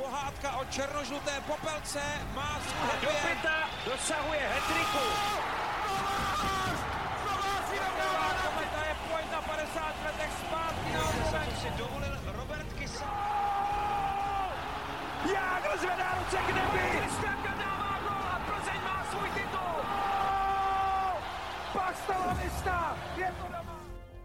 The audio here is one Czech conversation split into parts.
pohádka o černožluté popelce má svůj happy end. Dopita dosahuje hat-tricku. Kometa je pojď na 50 letech zpátky na oblomek. Si dovolil Robert Kysa. Jágr zvedá ruce k nebi. Kristianka dává gól a Plzeň má svůj titul. Basta la vista, je to doma.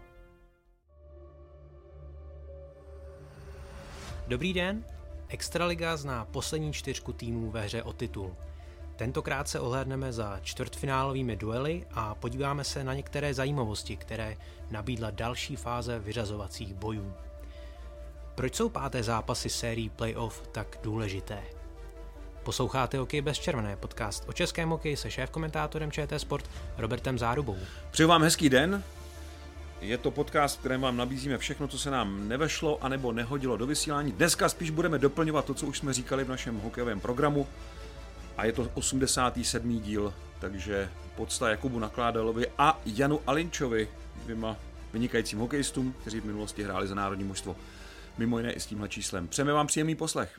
Dobrý den, Extraliga zná poslední 4 týmů ve hře o titul. Tentokrát se ohlédneme za čtvrtfinálovými duely a podíváme se na některé zajímavosti, které nabídla další fáze vyřazovacích bojů. Proč jsou páté zápasy sérií playoff tak důležité? Posloucháte Hokej bez červené, podcast o českém hokeji se šéfkomentátorem ČT Sport Robertem Zárubou. Přeju vám hezký den. Je to podcast, v kterém vám nabízíme všechno, co se nám nevešlo anebo nehodilo do vysílání. Dneska spíš budeme doplňovat to, co už jsme říkali v našem hokejovém programu. A je to 87. díl, takže podsta Jakubu Nakládalovi a Janu Alinčovi, dvěma vynikajícím hokejistům, kteří v minulosti hráli za národní mužstvo. Mimo jiné i s tímhle číslem. Přejeme vám příjemný poslech.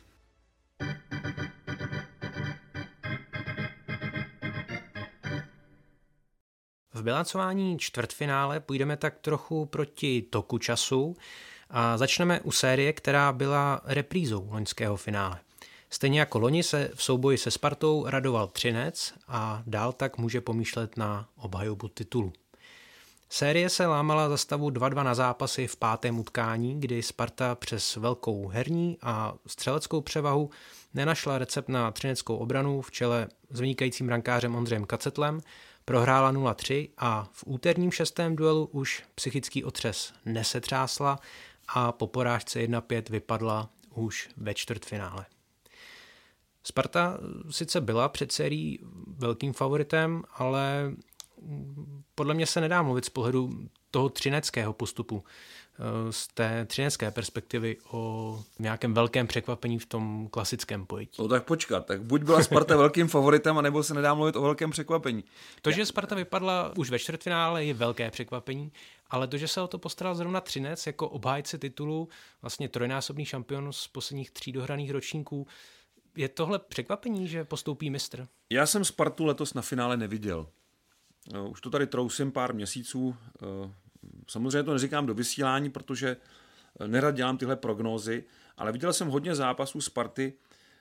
V bilancování čtvrtfinále půjdeme tak trochu proti toku času a začneme u série, která byla reprízou loňského finále. Stejně jako loni se v souboji se Spartou radoval Třinec a dál tak může pomýšlet na obhajobu titulu. Série se lámala za stavu 2-2 na zápasy v 5. utkání, kdy Sparta přes velkou herní a střeleckou převahu nenašla recept na třineckou obranu v čele s vynikajícím brankářem Ondřejem Kacetlem, prohrála 0-3 a v úterním 6. duelu už psychický otřes nesetřásla a po porážce 1-5 vypadla už ve čtvrtfinále. Sparta sice byla před sérií velkým favoritem, ale podle mě se nedá mluvit z pohledu toho třineckého postupu, z té třinecké perspektivy o nějakém velkém překvapení v tom klasickém pojetí. No tak počkat, tak buď byla Sparta velkým favoritem, anebo se nedá mluvit o velkém překvapení. To, že Sparta vypadla už ve čtvrtfinále, je velké překvapení, ale to, že se o to postaral zrovna Třinec jako obhájce titulu, vlastně trojnásobný šampion z posledních 3 dohraných ročníků, je tohle překvapení, že postoupí mistr? Já jsem Spartu letos na finále neviděl. Už to tady trousím pár měsíců. Samozřejmě to neříkám do vysílání, protože nerad dělám tyhle prognózy, ale viděl jsem hodně zápasů Sparty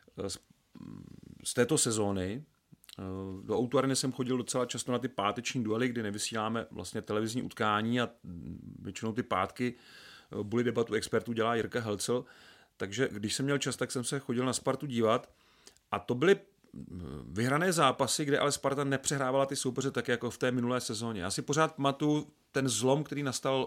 z této sezóny. Do O2 Areny jsem chodil docela často na ty páteční duely, kdy nevysíláme vlastně televizní utkání a většinou ty pátky Bully debatu expertů dělá Jirka Helcel. Takže když jsem měl čas, tak jsem se chodil na Spartu dívat a to byly vyhrané zápasy, kde ale Sparta nepřehrávala ty soupeře tak jako v té minulé sezóně. Já si pořád pamatuju ten zlom, který nastal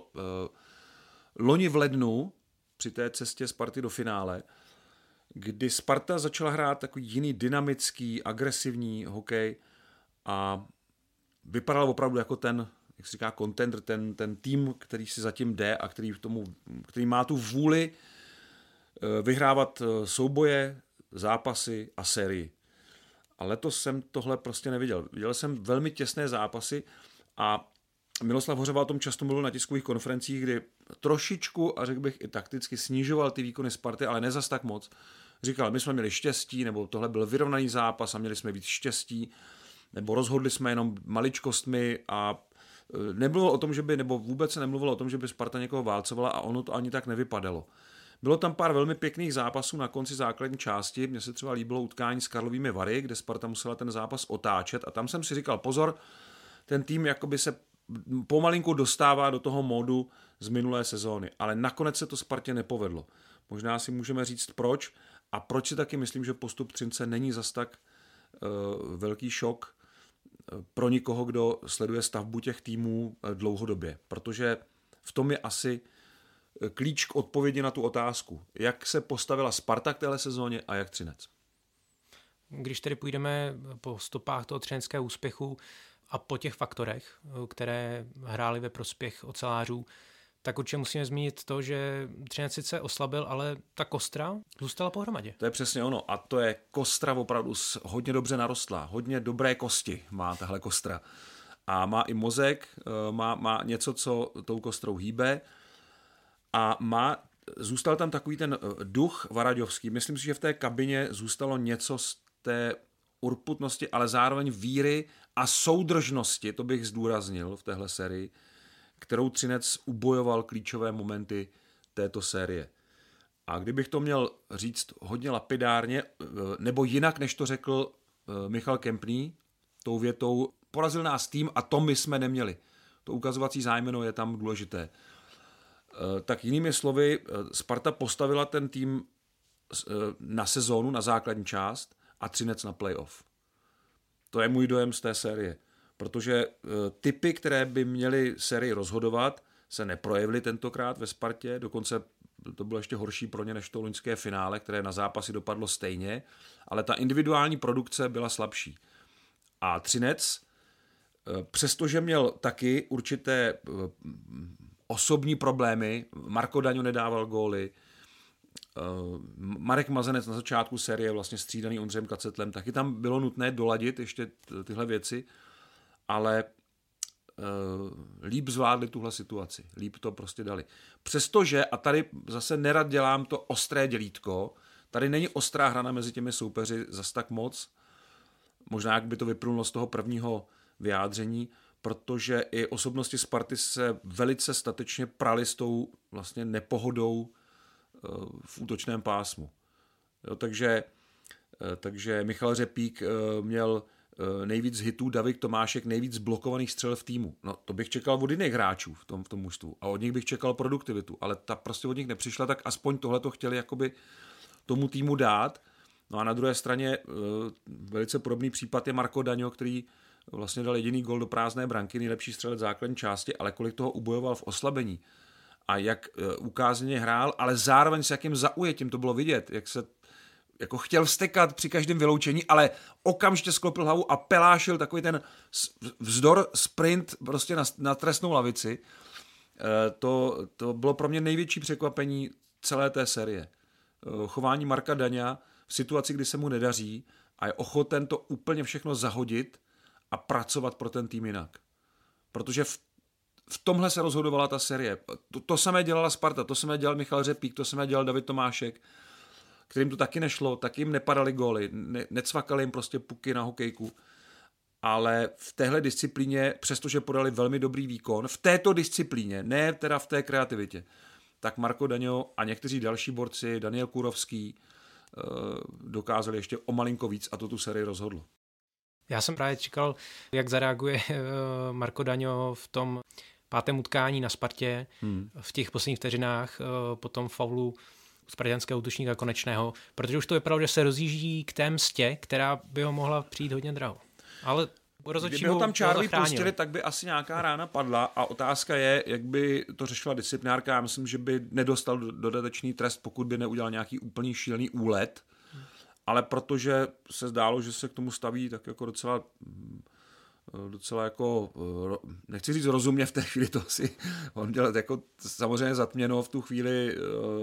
loni v lednu při té cestě Sparty do finále, kdy Sparta začala hrát takový jiný dynamický, agresivní hokej a vypadal opravdu jako ten, jak se říká, contender, ten tým, který si zatím jde a který má tu vůli vyhrávat souboje, zápasy a sérii. A letos jsem tohle prostě neviděl. Viděl jsem velmi těsné zápasy a Miloslav Hořava o tom často mluvil na tiskových konferencích, kdy trošičku, a řekl bych i takticky, snižoval ty výkony Sparty, ale ne zas tak moc. Říkal, my jsme měli štěstí, nebo tohle byl vyrovnaný zápas a měli jsme víc štěstí, nebo rozhodli jsme jenom maličkostmi a nemluvil o tom, že by, nebo vůbec se nemluvilo o tom, že by Sparta někoho válcovala a ono to ani tak nevypadalo. Bylo tam pár velmi pěkných zápasů na konci základní části. Mně se třeba líbilo utkání s Karlovými Vary, kde Sparta musela ten zápas otáčet a tam jsem si říkal, pozor, ten tým jakoby se pomalinku dostává do toho módu z minulé sezóny, ale nakonec se to Spartě nepovedlo. Možná si můžeme říct proč a proč si taky myslím, že postup Třince není zas tak velký šok pro nikoho, kdo sleduje stavbu těch týmů dlouhodobě, protože v tom je asi klíč k odpovědi na tu otázku. Jak se postavila Sparta k téhle sezóně a jak Třinec? Když tedy půjdeme po stopách toho třineckého úspěchu a po těch faktorech, které hrály ve prospěch ocelářů, tak určitě musíme zmínit to, že Třinec sice oslabil, ale ta kostra zůstala pohromadě. To je přesně ono. A to je kostra opravdu hodně dobře narostlá. Hodně dobré kosti má tahle kostra. A má i mozek, má něco, co tou kostrou hýbe. A má zůstal tam takový ten duch varaďovský. Myslím si, že v té kabině zůstalo něco z té urputnosti, ale zároveň víry a soudržnosti, to bych zdůraznil v téhle sérii, kterou Třinec ubojoval klíčové momenty této série. A kdybych to měl říct hodně lapidárně, nebo jinak, než to řekl Michal Kempný, tou větou, porazil nás tým a to my jsme neměli. To ukazovací zájmeno je tam důležité. Tak jinými slovy, Sparta postavila ten tým na sezónu, na základní část a Třinec na playoff. To je můj dojem z té série. Protože typy, které by měly sérii rozhodovat, se neprojevily tentokrát ve Spartě, dokonce to bylo ještě horší pro ně než to loňské finále, které na zápasy dopadlo stejně, ale ta individuální produkce byla slabší. A Třinec, přestože měl taky určité osobní problémy, Marko Daňo nedával góly, Marek Mazenec na začátku série vlastně střídaný Ondřejem Kacetlem, taky tam bylo nutné doladit ještě tyhle věci, ale líp zvládli tuhle situaci, líp to prostě dali. Přestože, a tady zase nerad dělám to ostré dělítko, tady není ostrá hrana mezi těmi soupeři zas tak moc, možná jak by to vyplynulo z toho prvního vyjádření, protože i osobnosti Sparty se velice statečně prali s tou vlastně nepohodou v útočném pásmu. Jo, takže Michal Řepík měl nejvíc hitů, David Tomášek nejvíc blokovaných střel v týmu. No, to bych čekal od jiných hráčů v tom mužstvu a od nich bych čekal produktivitu, ale ta prostě od nich nepřišla, tak aspoň tohle to chtěli jakoby tomu týmu dát. No a na druhé straně velice podobný případ je Marko Daňo, který vlastně dal jediný gol do prázdné branky, nejlepší střelec základní části, ale kolik toho ubojoval v oslabení. A jak ukázaně hrál, ale zároveň s jakým zaujetím to bylo vidět, jak se jako chtěl vztekat při každém vyloučení, ale okamžitě sklopil hlavu a pelášil takový ten vzdor sprint prostě na trestnou lavici. To bylo pro mě největší překvapení celé té série. Chování Marka Daňa v situaci, kdy se mu nedaří a je ochoten to úplně všechno zahodit a pracovat pro ten tým jinak. Protože v tomhle se rozhodovala ta série. To samé dělala Sparta, to samé dělal Michal Řepík, to samé dělal David Tomášek, kterým to taky nešlo, taky jim nepadaly góly, necvakali jim prostě puky na hokejku. Ale v téhle disciplíně, přestože podali velmi dobrý výkon, v této disciplíně, ne teda v té kreativitě, tak Marko Daňo a někteří další borci, Daniel Kurovský, dokázali ještě o malinko víc a to tu sérii rozhodlo. Já jsem právě čekal, jak zareaguje Marko Daňo v tom pátém utkání na Spartě, v těch posledních vteřinách po tom faulu spartanského útočníka Konečného, protože už to vypadalo, že se rozjíždí k té mstě, která by ho mohla přijít hodně draho. Ale kdyby ho tam Čárovi pustili, tak by asi nějaká rána padla a otázka je, jak by to řešila disciplinárka. Já myslím, že by nedostal dodatečný trest, pokud by neudělal nějaký úplný šílený úlet, ale protože se zdálo, že se k tomu staví tak jako docela jako, nechci říct rozumně v té chvíli, to asi on dělal jako samozřejmě zatměno v tu chvíli,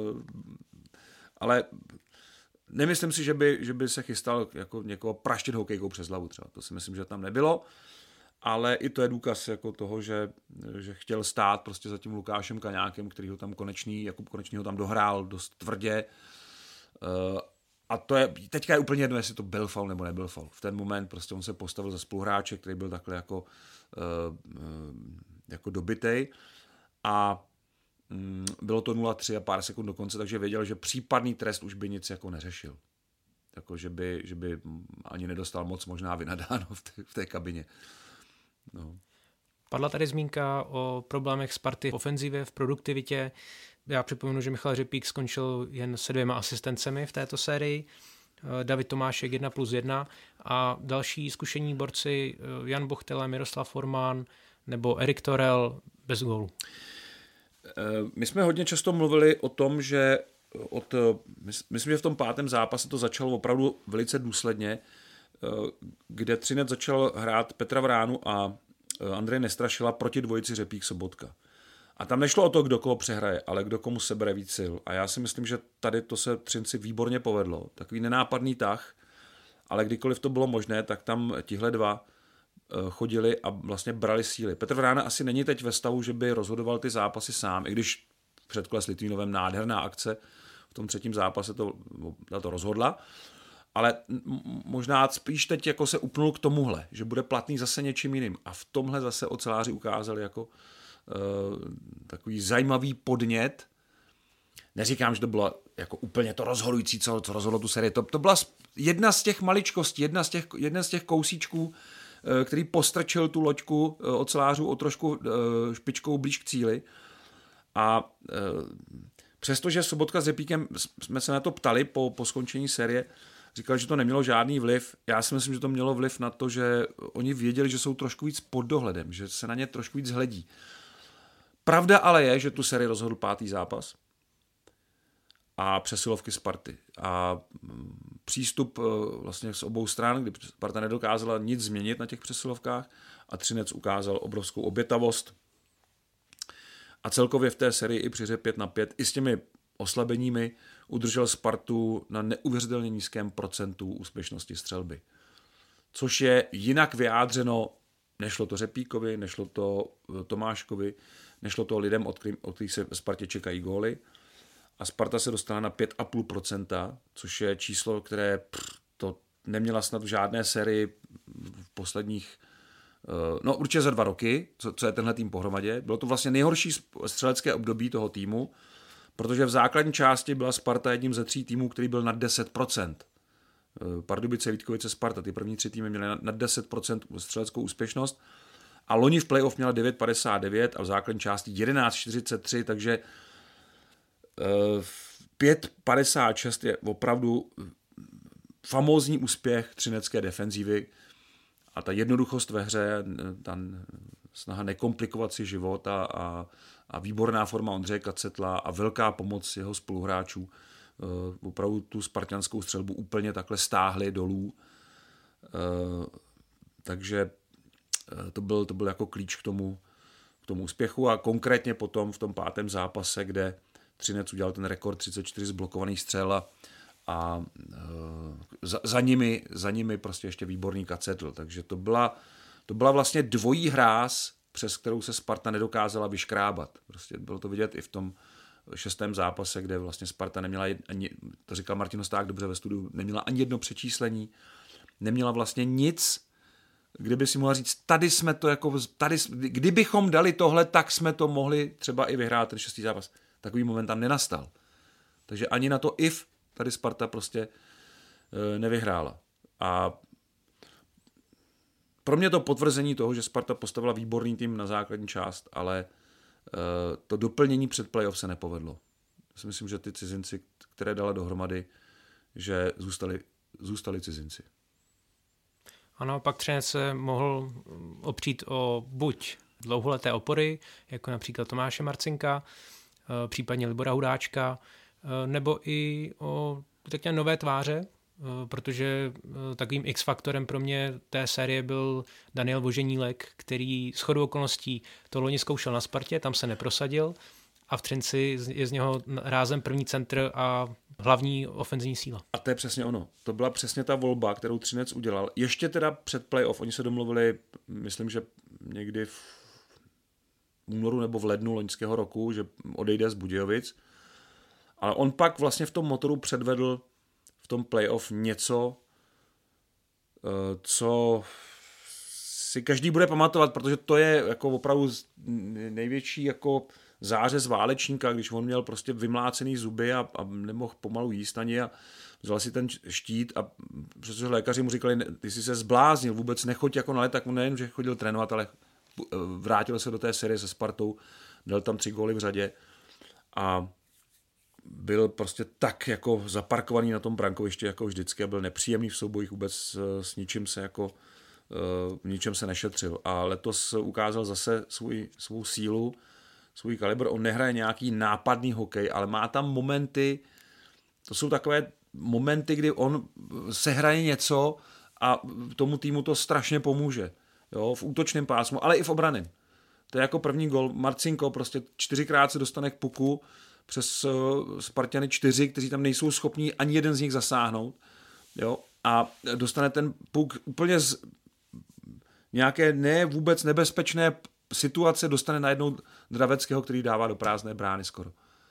ale nemyslím si, že by se chystal jako někoho praštit hokejkou přes hlavu třeba. To si myslím, že tam nebylo, ale i to je důkaz jako toho, že chtěl stát prostě za tím Lukášem Kaňákem, který ho tam Jakub Konečný ho tam dohrál dost tvrdě. A to je, teďka je úplně jedno, jestli to byl faul nebo nebyl faul. V ten moment prostě on se postavil za spoluhráče, který byl takhle jako dobitej a bylo to 0-3 a pár sekund do konce, takže věděl, že případný trest už by nic jako neřešil. Jako, že by ani nedostal moc možná vynadáno v té kabině. No. Padla tady zmínka o problémech Sparty v ofenzivě, v produktivitě. Já připomenu, že Michal Řepík skončil jen se 2 asistencemi v této sérii, David Tomášek 1+1 a další zkušení borci Jan Bochtela, Miroslav Formán nebo Erik Torel bez gólu. My jsme hodně často mluvili o tom, že myslím, že v tom 5. zápase to začalo opravdu velice důsledně, kde Třinec začal hrát Petra Vránu a Andreje Nestrašila proti dvojici Řepík-Sobotka. A tam nešlo o to, kdo koho přehraje, ale kdo komu sebere víc sil. A já si myslím, že tady to se Třinci výborně povedlo. Takový nenápadný tah, ale kdykoliv to bylo možné, tak tam tihle dva chodili a vlastně brali síly. Petr Vrána asi není teď ve stavu, že by rozhodoval ty zápasy sám, i když předkole s Litvínovem nádherná akce. V tom třetím zápase to rozhodla. Ale možná spíš teď jako se upnul k tomuhle, že bude platný zase něčím jiným. A v tomhle zase oceláři ukázali jako takový zajímavý podnět. Neříkám, že to bylo jako úplně to rozhodující, co rozhodlo tu sérii. To byla jedna z těch maličkostí, jedna z těch kousíčků, který postrčil tu loďku ocelářů o trošku špičkou blíž k cíli. A přestože Sobotka s Řepíkem jsme se na to ptali po skončení série, říkali, že to nemělo žádný vliv. Já si myslím, že to mělo vliv na to, že oni věděli, že jsou trošku víc pod dohledem, že se na ně trošku víc hledí. Pravda ale je, že tu sérii rozhodl 5. zápas a přesilovky Sparty. A přístup vlastně z obou stran, kdy Sparta nedokázala nic změnit na těch přesilovkách a Třinec ukázal obrovskou obětavost. A celkově v té sérii i při hře 5-5 i s těmi oslabeními udržel Spartu na neuvěřitelně nízkém procentu úspěšnosti střelby. Což je jinak vyjádřeno, nešlo to Řepíkovi, nešlo to Tomáškovi, nešlo to lidem, od kterých se v Spartě čekají góly. A Sparta se dostala na 5,5%, což je číslo, které to neměla snad v žádné sérii v posledních, no určitě za 2 roky, co je tenhle tým pohromadě. Bylo to vlastně nejhorší střelecké období toho týmu, protože v základní části byla Sparta jedním ze 3 týmů, který byl nad 10%. Pardubice, Vítkovice, Sparta, ty první 3 týmy měly nad 10% střeleckou úspěšnost a loni v playoff měla 9,59 a v základní části 11,43, takže 5,56 je opravdu famózní úspěch třinecké defenzívy a ta jednoduchost ve hře, ta snaha nekomplikovat si život a výborná forma Ondřeje Kacetla a velká pomoc jeho spoluhráčů opravdu tu spartanskou střelbu úplně takhle stáhli dolů. Takže to byl jako klíč k tomu úspěchu a konkrétně potom v tom 5. zápase, kde Třinec udělal ten rekord 34 zblokovaných střel a za nimi prostě ještě výborný Kacetl. Takže to byla vlastně dvojí hráz, přes kterou se Sparta nedokázala vyškrábat. Prostě bylo to vidět i v tom 6. zápase, kde vlastně Sparta neměla ani, to říkal Martin Hosták dobře ve studiu, neměla ani jedno přečíslení, neměla vlastně nic, kdyby si mohla říct, kdybychom dali tohle, tak jsme to mohli třeba i vyhrát ten 6. zápas. Takový moment tam nenastal. Takže ani na to if tady Sparta prostě nevyhrála. A pro mě to potvrzení toho, že Sparta postavila výborný tým na základní část, ale to doplnění před playoff se nepovedlo. Já si myslím, že ty cizinci, které dala dohromady, že zůstali cizinci. Ano, pak Třinec se mohl opřít o buď dlouholeté opory, jako například Tomáše Marcinka, případně Libora Hudáčka, nebo i o takové nové tváře, protože takovým X-faktorem pro mě té série byl Daniel Voženílek, který shodou okolností to loni zkoušel na Spartě, tam se neprosadil a v Třinci je z něho rázem první centr a hlavní ofenzivní síla. A to je přesně ono. To byla přesně ta volba, kterou Třinec udělal. Ještě teda před playoff, oni se domluvili, myslím, že někdy v únoru nebo v lednu loňského roku, že odejde z Budějovic. Ale on pak vlastně v tom motoru předvedl v tom playoff něco, co si každý bude pamatovat, protože to je jako opravdu největší jako zářez válečníka, když on měl prostě vymlácený zuby a nemohl pomalu jíst ani a vzal si ten štít a přestože lékaři mu říkali, ty jsi se zbláznil, vůbec nechoď jako na let, tak on nejen, že chodil trénovat, ale vrátil se do té série se Spartou, dal tam 3 góly v řadě a byl prostě tak jako zaparkovaný na tom brankovišti jako vždycky a byl nepříjemný v soubojích, vůbec s ničím se jako v ničem se nešetřil. A letos ukázal zase svou sílu, svůj kalibr. On nehraje nějaký nápadný hokej, ale má tam momenty, to jsou takové momenty, kdy on sehraje něco a tomu týmu to strašně pomůže. Jo, v útočném pásmu, ale i v obraném. To je jako první gol. Marcinko prostě 4krát se dostane k puku přes Spartany 4, kteří tam nejsou schopní ani jeden z nich zasáhnout. Jo, a dostane ten puk úplně z nějaké ne vůbec nebezpečné situace, dostane najednou Draveckého, který dává do prázdné brány skoro.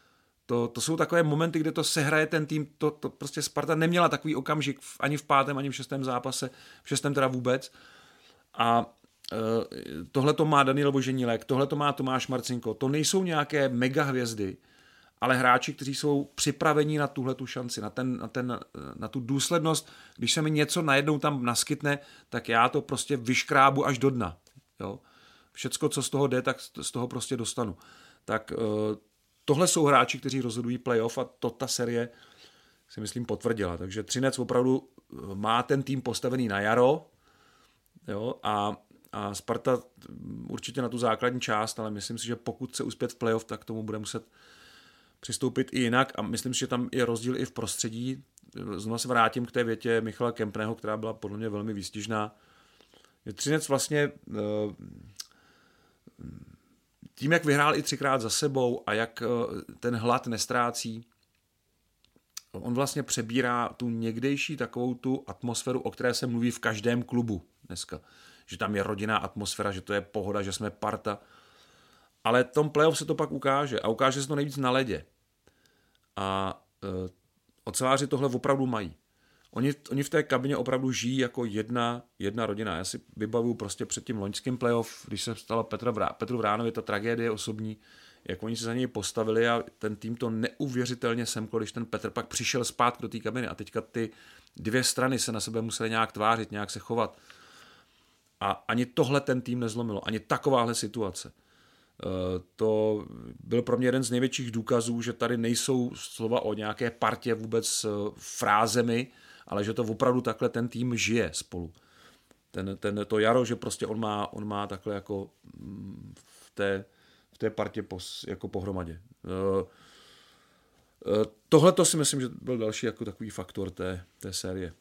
To jsou takové momenty, kde to sehraje ten tým, to prostě Sparta neměla takový okamžik ani v 5. ani v 6. zápase, v 6. teda vůbec. A tohle to má Daniel Boženílek, tohle to má Tomáš Marcinko. To nejsou nějaké mega hvězdy, ale hráči, kteří jsou připraveni na tuhletu šanci, na tu důslednost. Když se mi něco najednou tam naskytne, tak já to prostě vyškrábu až do dna. Jo? Všecko, co z toho jde, tak z toho prostě dostanu. Tak tohle jsou hráči, kteří rozhodují playoff a to ta série si myslím potvrdila. Takže Třinec opravdu má ten tým postavený na jaro, jo? A Sparta určitě na tu základní část, ale myslím si, že pokud se uspět v playoff, tak tomu bude muset přistoupit i jinak a myslím si, že tam je rozdíl i v prostředí. Znovu se vrátím k té větě Michala Kempného, která byla podle mě velmi výstižná. Třinec vlastně tím, jak vyhrál i 3krát za sebou a jak ten hlad nestrácí, on vlastně přebírá tu někdejší takovou tu atmosféru, o které se mluví v každém klubu dneska. Že tam je rodinná atmosféra, že to je pohoda, že jsme parta. Ale v tom playoff se to pak ukáže a ukáže se to nejvíc na ledě. A oceláři tohle opravdu mají. Oni v té kabině opravdu žijí jako jedna rodina. Já si vybavuju prostě před tím loňským playoff, když se stala Petru Vránovi ta tragédie osobní, jak oni se za něj postavili a ten tým to neuvěřitelně semklo, když ten Petr pak přišel zpátky do té kabiny a teďka ty dvě strany se na sebe museli nějak tvářit, nějak se chovat. A ani tohle ten tým nezlomilo, ani takováhle situace. To byl pro mě jeden z největších důkazů, že tady nejsou slova o nějaké partě vůbec frázemi, ale že to opravdu takhle ten tým žije spolu. To jaro, že prostě on má takhle jako v té partě jako pohromadě. Tohle to si myslím, že byl další jako takový faktor té série.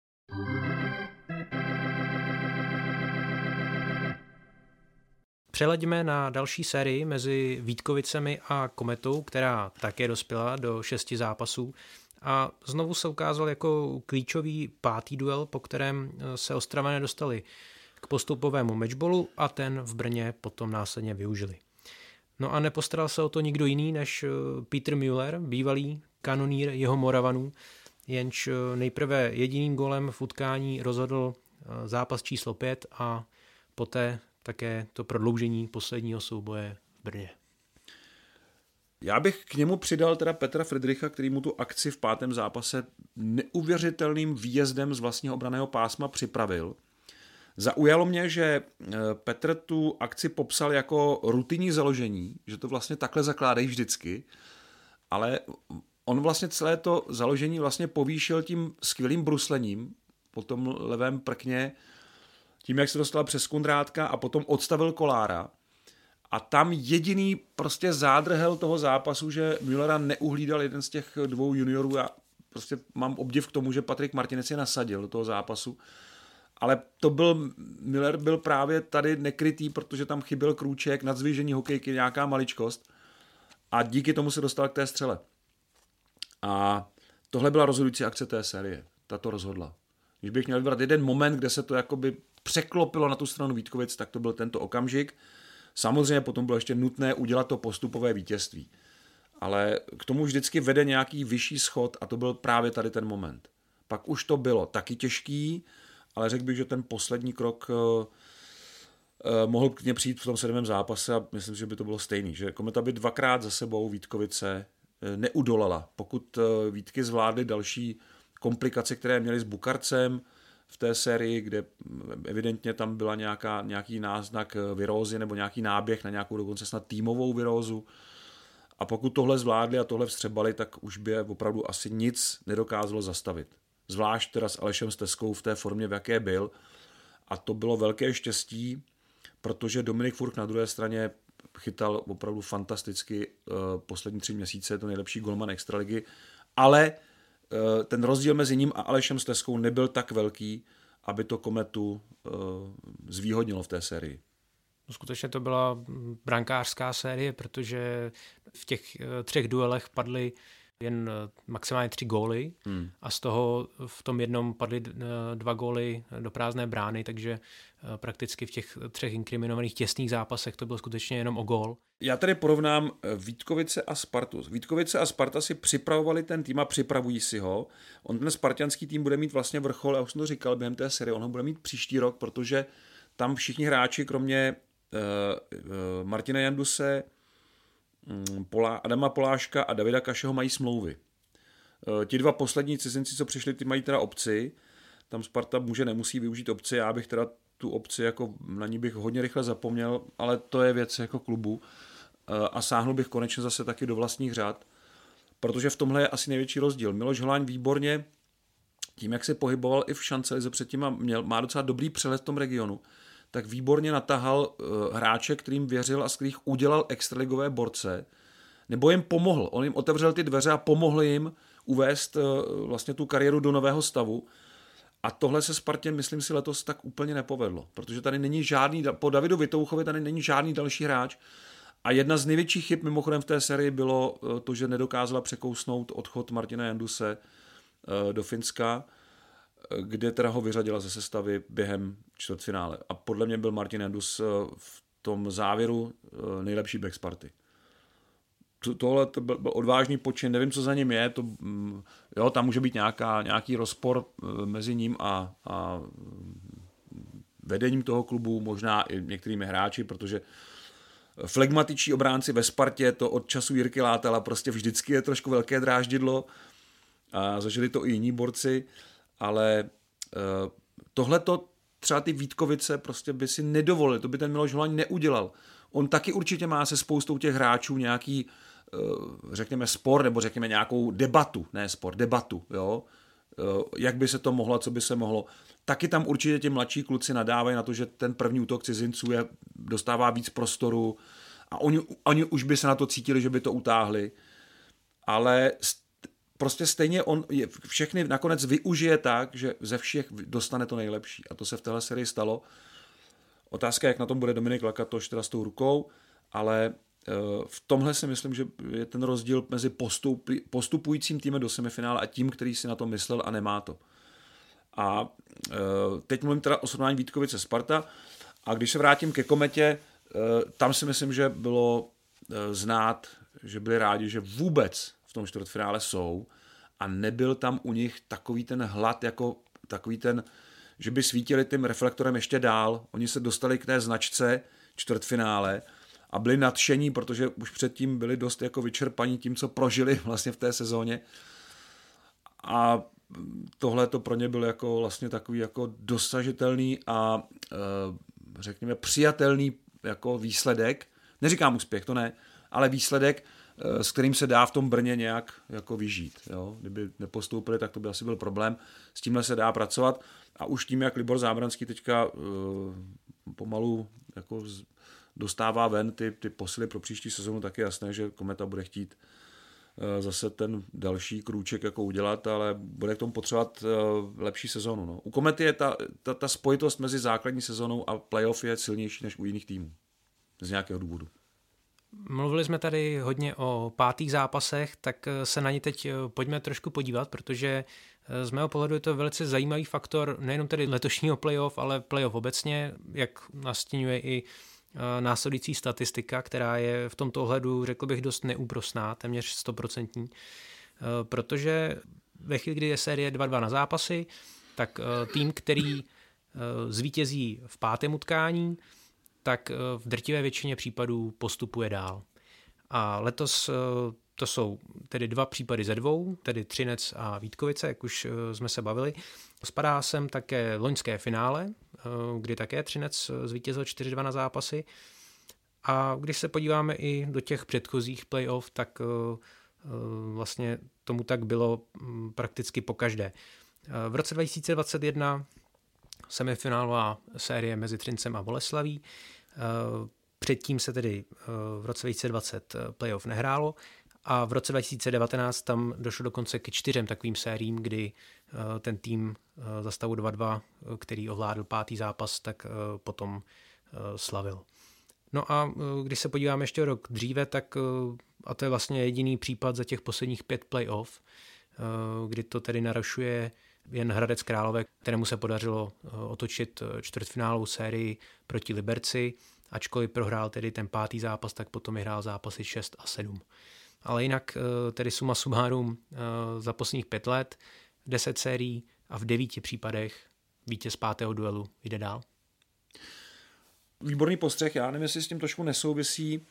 Přelaďme na další sérii mezi Vítkovicemi a Kometou, která také dospěla do 6 zápasů a znovu se ukázal jako klíčový 5. duel, po kterém se Ostravané dostali k postupovému matchballu a ten v Brně potom následně využili. No a nepostaral se o to nikdo jiný než Peter Müller, bývalý kanonýr jeho Moravanů, jenž nejprve jediným golem v utkání rozhodl zápas číslo 5 a poté také to prodloužení posledního souboje v Brně. Já bych k němu přidal teda Petra Friedricha, který mu tu akci v 5. zápase neuvěřitelným výjezdem z vlastního obranného pásma připravil. Zaujalo mě, že Petr tu akci popsal jako rutinní založení, že to vlastně takhle zakládají vždycky, ale on vlastně celé to založení vlastně povýšil tím skvělým bruslením po tom levém prkně, tím, jak se dostal přes Kundrátka a potom odstavil Kolára. A tam jediný prostě zádrhel toho zápasu, že Müllera neuhlídal jeden z těch 2 juniorů. Já prostě mám obdiv k tomu, že Patrik Martinec je nasadil do toho zápasu. Ale Müller byl právě tady nekrytý, protože tam chyběl krůček, nadzvížení hokejky, nějaká maličkost. A díky tomu se dostal k té střele. A tohle byla rozhodující akce té série. Tato rozhodla. Když bych měl vybrat jeden moment, kde se to jakoby překlopilo na tu stranu Vítkovic, tak to byl tento okamžik. Samozřejmě potom bylo ještě nutné udělat to postupové vítězství. Ale k tomu vždycky vede nějaký vyšší schod a to byl právě tady ten moment. Pak už to bylo taky těžký, ale řekl bych, že ten poslední krok mohl k něm přijít v tom 7. zápase a myslím, že by to bylo stejný. Že Kometa by 2krát za sebou Vítkovice neudolala. Pokud Vítky zvládly další komplikace, které měly s Bukarcem v té sérii, kde evidentně tam byla nějaký náznak virózy nebo nějaký náběh na nějakou dokonce snad týmovou virózu. A pokud tohle zvládli a tohle vstřebali, tak už by opravdu asi nic nedokázalo zastavit. Zvlášť teda s Alešem Steskou v té formě, v jaké byl. A to bylo velké štěstí, protože Dominik Furch na druhé straně chytal opravdu fantasticky poslední 3 měsíce, to nejlepší golman extraligy, ale ten rozdíl mezi ním a Alešem Steskou nebyl tak velký, aby to Kometu zvýhodnilo v té sérii. Skutečně to byla brankářská série, protože v těch 3 duelech padly jen maximálně 3 góly a z toho v tom jednom padly 2 góly do prázdné brány, takže prakticky v těch 3 inkriminovaných těsných zápasech to bylo skutečně jenom o gól. Já tady porovnám Vítkovice a Spartu. Vítkovice a Sparta si připravovali ten tým a připravují si ho. On ten spartanský tým bude mít vlastně vrchol, já už jsem to říkal během té série, on ho bude mít příští rok, protože tam všichni hráči, kromě Martina Janduse, Adama Poláška a Davida Kašeho mají smlouvy. Ti 2 poslední cizinci, co přišli, ty mají teda opci. Tam Sparta nemusí využít opci. Já bych teda tu opci, jako na ní bych hodně rychle zapomněl, ale to je věc jako klubu. A sáhnul bych konečně zase taky do vlastních řad, protože v tomhle je asi největší rozdíl. Miloš Holáň výborně, tím jak se pohyboval i v Šancelize předtím a má docela dobrý přehled v tom regionu, tak výborně natahal hráče, kterým věřil a z kterých udělal extraligové borce, nebo jim pomohl. On jim otevřel ty dveře a pomohl jim uvést vlastně tu kariéru do nového stavu. A tohle se Spartě, myslím si, letos tak úplně nepovedlo, protože tady není žádný, po Davidu Vitouchovi tady není žádný další hráč. A jedna z největších chyb mimochodem v té sérii bylo to, že nedokázala překousnout odchod Martina Janduse do Finska, kde teda ho vyřadila ze sestavy během čtvrtfinále. A podle mě byl Martin Jandus v tom závěru nejlepší back Sparty. Tohle to byl odvážný počin, nevím, co za ním je, jo, tam může být nějaký rozpor mezi ním a vedením toho klubu, možná i některými hráči, protože flegmatičtí obránci ve Spartě, to od času Jirky Látala prostě vždycky je trošku velké dráždidlo a zažili to i jiní borci, ale tohleto třeba ty Vítkovice prostě by si nedovolili, to by ten Miloš Holáň neudělal. On taky určitě má se spoustou těch hráčů nějaký, řekněme, spor, nebo řekněme nějakou debatu, ne spor, debatu, jo? Jak by se to mohlo, co by se mohlo. Taky tam určitě ti mladší kluci nadávají na to, že ten první útok cizinců dostává víc prostoru a oni už by se na to cítili, že by to utáhli, ale prostě stejně on všechny nakonec využije tak, že ze všech dostane to nejlepší. A to se v téhle sérii stalo. Otázka, jak na tom bude Dominik Lakatoš teda s tou rukou, ale v tomhle si myslím, že je ten rozdíl mezi postupujícím týmem do semifinále a tím, který si na to myslel a nemá to. A teď mluvím teda o srovnání Vítkovice Sparta a když se vrátím ke Kometě, tam si myslím, že bylo znát, že byli rádi, že vůbec v tom čtvrtfinále jsou a nebyl tam u nich takový ten hlad, jako takový ten, že by svítili tím reflektorem ještě dál. Oni se dostali k té značce čtvrtfinále a byli nadšení, protože už předtím byli dost jako vyčerpaní tím, co prožili vlastně v té sezóně. A tohle to pro ně byl jako vlastně takový jako dosažitelný a řekněme přijatelný jako výsledek. Neříkám úspěch, to ne, ale výsledek, s kterým se dá v tom Brně nějak jako vyžít. Jo? Kdyby nepostoupili, tak to by asi byl problém. S tímhle se dá pracovat a už tím, jak Libor Zábranský teďka pomalu jako dostává ven ty posily pro příští sezonu, tak je jasné, že Kometa bude chtít zase ten další krůček jako udělat, ale bude k tomu potřebovat lepší sezonu. No. U Komety je ta spojitost mezi základní sezónou a playoff je silnější než u jiných týmů. Z nějakého důvodu. Mluvili jsme tady hodně o 5. zápasech, tak se na ně teď pojďme trošku podívat, protože z mého pohledu je to velice zajímavý faktor nejenom tedy letošního playoff, ale playoff obecně, jak nastíňuje i následující statistika, která je v tomto ohledu, řekl bych, dost neúprosná, téměř 100%, protože ve chvíli, kdy je série 2-2 na zápasy, tak tým, který zvítězí v 5. utkání, tak v drtivé většině případů postupuje dál. A letos to jsou tedy 2 případy ze 2, tedy Třinec a Vítkovice, jak už jsme se bavili. Spadá sem také loňské finále, kdy také Třinec zvítězil 4-2 na zápasy. A když se podíváme i do těch předchozích playoff, tak vlastně tomu tak bylo prakticky pokaždé. V roce 2021 semifinálová série mezi Třincem a Boleslaví. Předtím se tedy v roce 2020 playoff nehrálo a v roce 2019 tam došlo dokonce ke 4 takovým sériím, kdy ten tým za stavu 2-2, který ovládl 5. zápas, tak potom slavil. No a když se podíváme ještě rok dříve, tak a to je vlastně jediný případ za těch posledních 5 playoff, kdy to tedy narušuje jen Hradec Králové, kterému se podařilo otočit čtvrtfinálovou sérii proti Liberci, ačkoliv prohrál tedy ten 5. zápas, tak potom vyhrál zápasy 6 a 7. Ale jinak tedy suma sumárum za posledních 5 let, 10 sérií a v 9 případech vítěz 5. duelu jde dál. Výborný postřeh, já nevím, jestli s tím trošku nesouvisí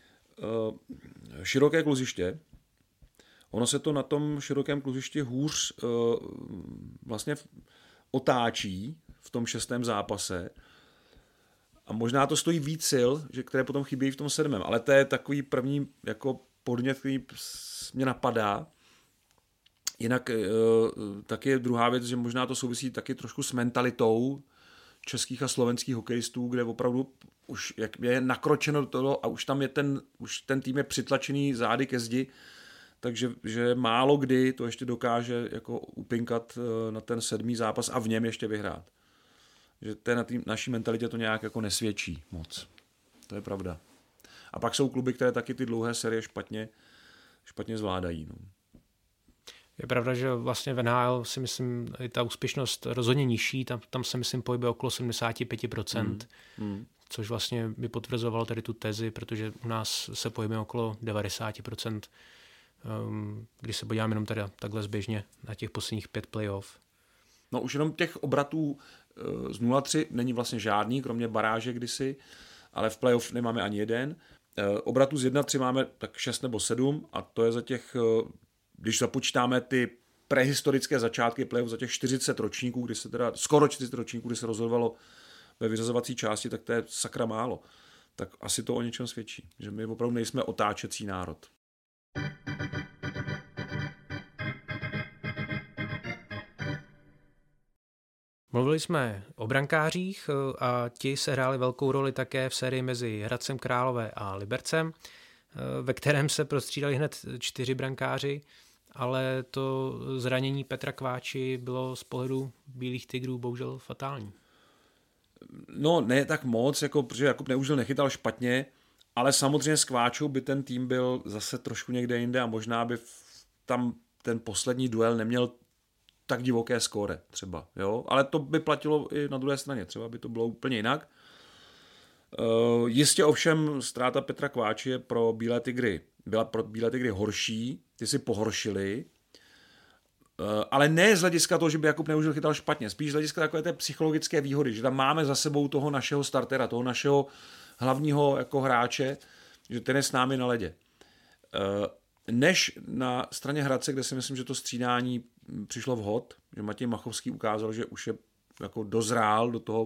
široké kluziště. Ono se to na tom širokém kluzišti hůř vlastně otáčí v tom 6. zápase a možná to stojí víc sil, které potom chybějí v tom 7. Ale to je takový první jako podnět, který mě napadá. Jinak taky je druhá věc, že možná to souvisí taky trošku s mentalitou českých a slovenských hokejistů, kde opravdu už jak je nakročeno do toho a už tam je ten tým je přitlačený zády ke zdi, takže že málo kdy to ještě dokáže jako upinkat na ten 7. zápas a v něm ještě vyhrát. Že na naší mentalitě to nějak jako nesvědčí moc. To je pravda. A pak jsou kluby, které taky ty dlouhé série špatně zvládají. No. Je pravda, že vlastně v NHL si myslím, je ta úspěšnost rozhodně nižší, tam se myslím pohybuje okolo 75%, což vlastně by potvrzovalo tady tu tezi, protože u nás se pohybuje okolo 90%, když se podíváme jenom teda takhle zběžně na těch posledních 5 playoff. No už jenom těch obratů z 0-3 není vlastně žádný, kromě baráže kdysi, ale v playoff nemáme ani jeden. Obratů z 1-3 máme tak 6 nebo 7 a to je za těch, když započítáme ty prehistorické začátky playoff za těch 40 ročníků, kdy se teda skoro 40 ročníků, kdy se rozhodovalo ve vyřazovací části, tak to je sakra málo. Tak asi to o něčem svědčí, že my opravdu nejsme otáčecí národ. Mluvili jsme o brankářích a ti se hráli velkou roli také v sérii mezi Hradcem Králové a Libercem, ve kterém se prostřídali hned 4 brankáři, ale to zranění Petra Kváči bylo z pohledu Bílých tygrů bohužel fatální. No ne tak moc, jako, protože Jakub Neužil nechytal špatně, ale samozřejmě s Kváčou by ten tým byl zase trošku někde jinde a možná by tam ten poslední duel neměl tak divoké skóre třeba, jo? Ale to by platilo i na druhé straně, třeba by to bylo úplně jinak. Jistě ovšem ztráta Petra Kváči je pro Bílé tygry, byla pro Bílé tygry horší, ty si pohoršili, ale ne z hlediska toho, že by Jakub Neužil chytal špatně, spíš z hlediska takové té psychologické výhody, že tam máme za sebou toho našeho startera, toho našeho hlavního jako hráče, že ten je s námi na ledě. Než na straně Hradce, kde si myslím, že to střídání přišlo vhod, že Matěj Machovský ukázal, že už je jako dozrál do toho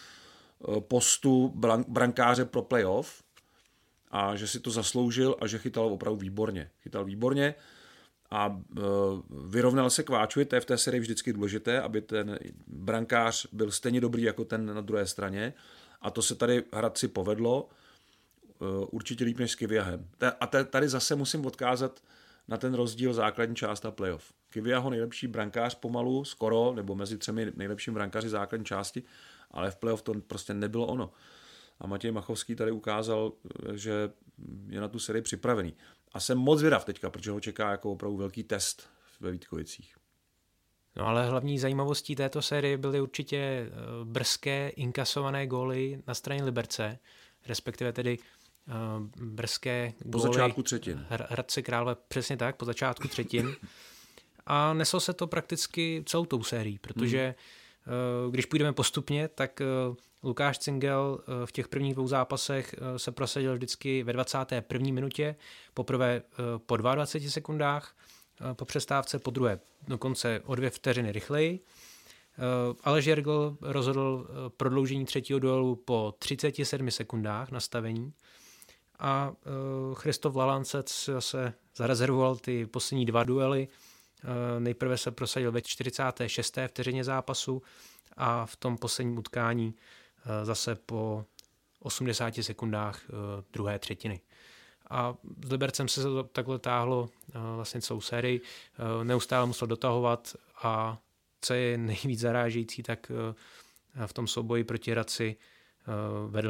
postu brankáře pro playoff a že si to zasloužil a že chytal opravdu výborně. Chytal výborně a vyrovnal se Kváčovi, to je v té sérii vždycky důležité, aby ten brankář byl stejně dobrý jako ten na druhé straně a to se tady Hradci povedlo, určitě líp než s Kiviahem. A tady zase musím odkázat na ten rozdíl základní část a playoff. Kiviaho nejlepší brankář pomalu, skoro, nebo mezi 3 nejlepšími brankáři základní části, ale v playoff to prostě nebylo ono. A Matěj Machovský tady ukázal, že je na tu sérii připravený. A jsem moc zvědav teďka, protože ho čeká jako opravdu velký test ve Vítkovicích. No ale hlavní zajímavostí této série byly určitě brzké inkasované góly na straně Liberce, respektive tedy brzké góly po začátku třetin. Hradce Králové, přesně tak, po začátku třetin. A neslo se to prakticky celou tou sérií, protože když půjdeme postupně, tak Lukáš Cingel v těch prvních 2 zápasech se prosadil vždycky ve 21. minutě, poprvé po 22 sekundách, po přestávce, po druhé dokonce o 2 vteřiny rychleji. Aleš Jergl rozhodl prodloužení 3. duelu po 37 sekundách nastavení a Christoph Lalancec zase zarezervoval ty poslední 2 duely. Nejprve se prosadil ve 46. vteřině zápasu a v tom posledním utkání zase po 80 sekundách druhé třetiny. A s Libercem se to takhle táhlo vlastně celou sérii, neustále musel dotahovat a co je nejvíc zarážející, tak v tom souboji proti Hradci vedl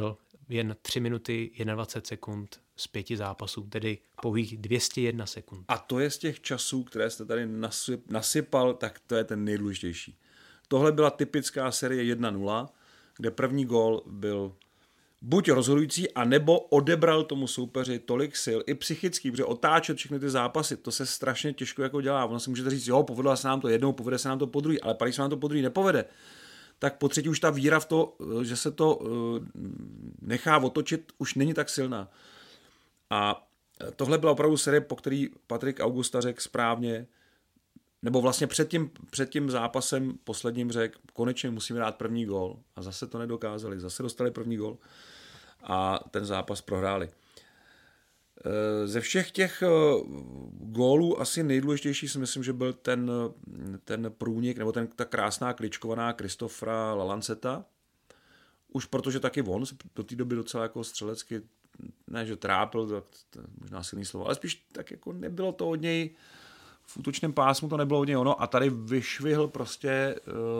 jen 3 minuty 21 sekund z 5 zápasů, tedy pouhých 201 sekund. A to je z těch časů, které jste tady nasypal, tak to je ten nejdůležitější. Tohle byla typická série 1-0, kde první gól byl buď rozhodující, anebo odebral tomu soupeři tolik sil, i psychický, protože otáčet všechny ty zápasy, to se strašně těžko jako dělá. Ono si můžete říct, jo, povedlo se nám to jednou, povede se nám to po druhý, ale když se nám to po druhý nepovede, tak po třetí už ta víra v to, že se to nechá otočit, už není tak silná. A tohle byla opravdu série, po který Patrik Augusta řekl správně, nebo vlastně před tím zápasem posledním řekl, konečně musíme dát první gól. A zase to nedokázali, zase dostali první gól a ten zápas prohráli. Ze všech těch gólů asi nejdůležitější si myslím, že byl ten průnik, nebo ta krásná kličkovaná Kristofra Lalanceta. Už protože taky on do té doby docela jako střelecky, ne, že trápil, to je možná silný slovo, ale spíš tak jako nebylo to od něj, v útočném pásmu to nebylo od něj ono a tady vyšvihl prostě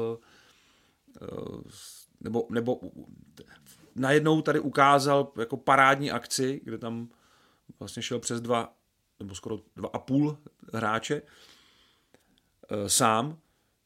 nebo najednou tady ukázal jako parádní akci, kde tam vlastně šel přes 2 nebo skoro 2,5 hráče sám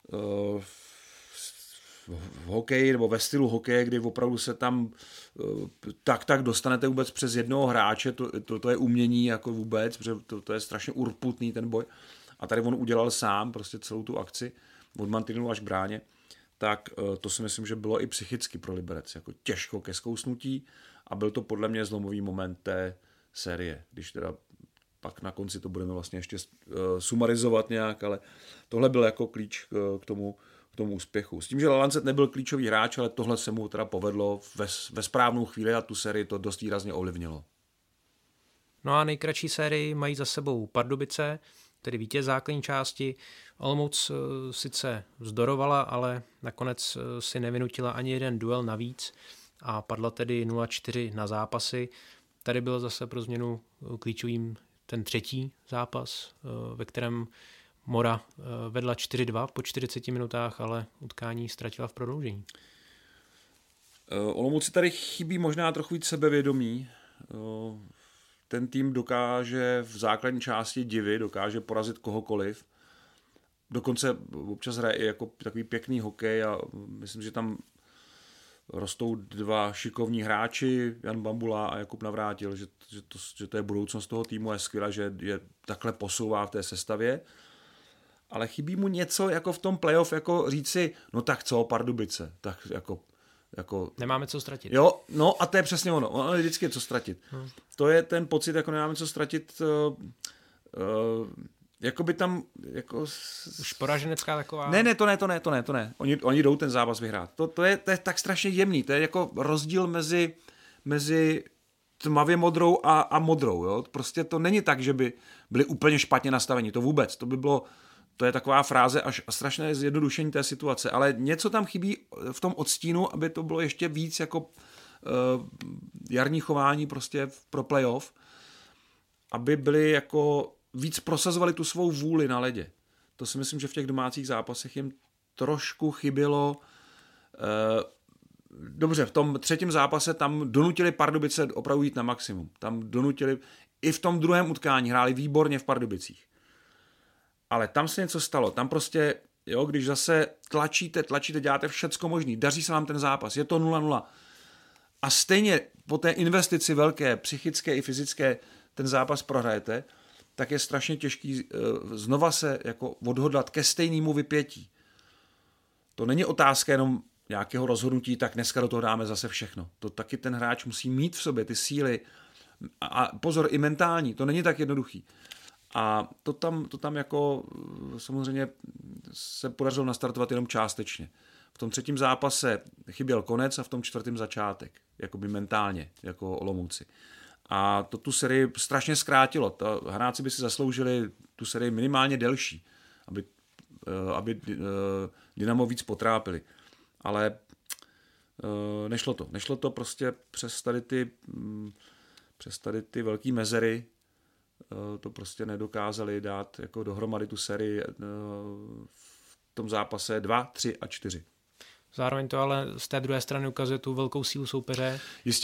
v hokeji nebo ve stylu hokeje, kdy opravdu se tam tak dostanete vůbec přes jednoho hráče, to je umění jako vůbec, protože to je strašně urputný ten boj. A tady on udělal sám prostě celou tu akci od mantinelu až k bráně, tak to si myslím, že bylo i psychicky pro Liberec jako těžko ke zkousnutí a byl to podle mě zlomový moment té série, když teda pak na konci to budeme vlastně ještě sumarizovat nějak, ale tohle byl jako klíč k tomu úspěchu. S tím, že Lalancet nebyl klíčový hráč, ale tohle se mu teda povedlo ve správnou chvíli a tu sérii to dost výrazně ovlivnilo. No a nejkratší sérii mají za sebou Pardubice, tedy vítěz základní části. Olomouc sice vzdorovala, ale nakonec si nevynutila ani jeden duel navíc a padla tedy 0-4 na zápasy. Tady byl zase pro změnu klíčovým ten třetí zápas, ve kterém Mora vedla 4-2 po 40 minutách, ale utkání ztratila v prodloužení. Olomouci tady chybí možná trochu víc sebevědomí. Ten tým dokáže v základní části divy, dokáže porazit kohokoliv. Dokonce občas hraje i jako takový pěkný hokej a myslím, že tam rostou 2 šikovní hráči, Jan Bambula a Jakub Navrátil, že to je budoucnost toho týmu, je skvělé, že je takhle posouvá v té sestavě. Ale chybí mu něco jako v tom playoff, jako říct si, no tak co, Pardubice, tak jako nemáme co ztratit. Jo, no a to je přesně ono je vždycky co ztratit. To je ten pocit, jako nemáme co ztratit, jako by tam, jako... Už poraženecká taková... Ne, to ne. Oni jdou ten zápas vyhrát. To je tak strašně jemný, to je jako rozdíl mezi tmavě modrou a modrou, jo. Prostě to není tak, že by byli úplně špatně nastaveni, to vůbec, to je taková fráze až strašné zjednodušení té situace, ale něco tam chybí v tom odstínu, aby to bylo ještě víc jako jarní chování prostě pro playoff, aby byli jako víc prosazovali tu svou vůli na ledě. To si myslím, že v těch domácích zápasech jim trošku chybělo. Dobře, v tom třetím zápase tam donutili Pardubice opravdu jít na maximum. Tam donutili, i v tom druhém utkání hráli výborně v Pardubicích. Ale tam se něco stalo. Tam prostě, jo, když zase tlačíte, děláte všecko možný, daří se vám ten zápas, je to 0-0. A stejně po té investici velké, psychické i fyzické, ten zápas prohrajete, tak je strašně těžký znova se jako odhodlat ke stejnému vypětí. To není otázka jenom nějakého rozhodnutí, tak dneska do toho dáme zase všechno. To taky ten hráč musí mít v sobě ty síly a pozor, i mentální, to není tak jednoduchý. A to tam jako samozřejmě se podařilo nastartovat jenom částečně. V tom třetím zápase chyběl konec a v tom čtvrtém začátek, jakoby mentálně, jako Olomouci. A to tu sérii strašně zkrátilo. Hráči by si zasloužili tu sérii minimálně delší, aby Dynamo víc potrápili. Ale nešlo to prostě přes tady ty velké mezery, to prostě nedokázali dát jako dohromady tu sérii v tom zápase 2, 3 a 4. Zároveň to ale z té druhé strany ukazuje tu velkou sílu soupeře. Jistě.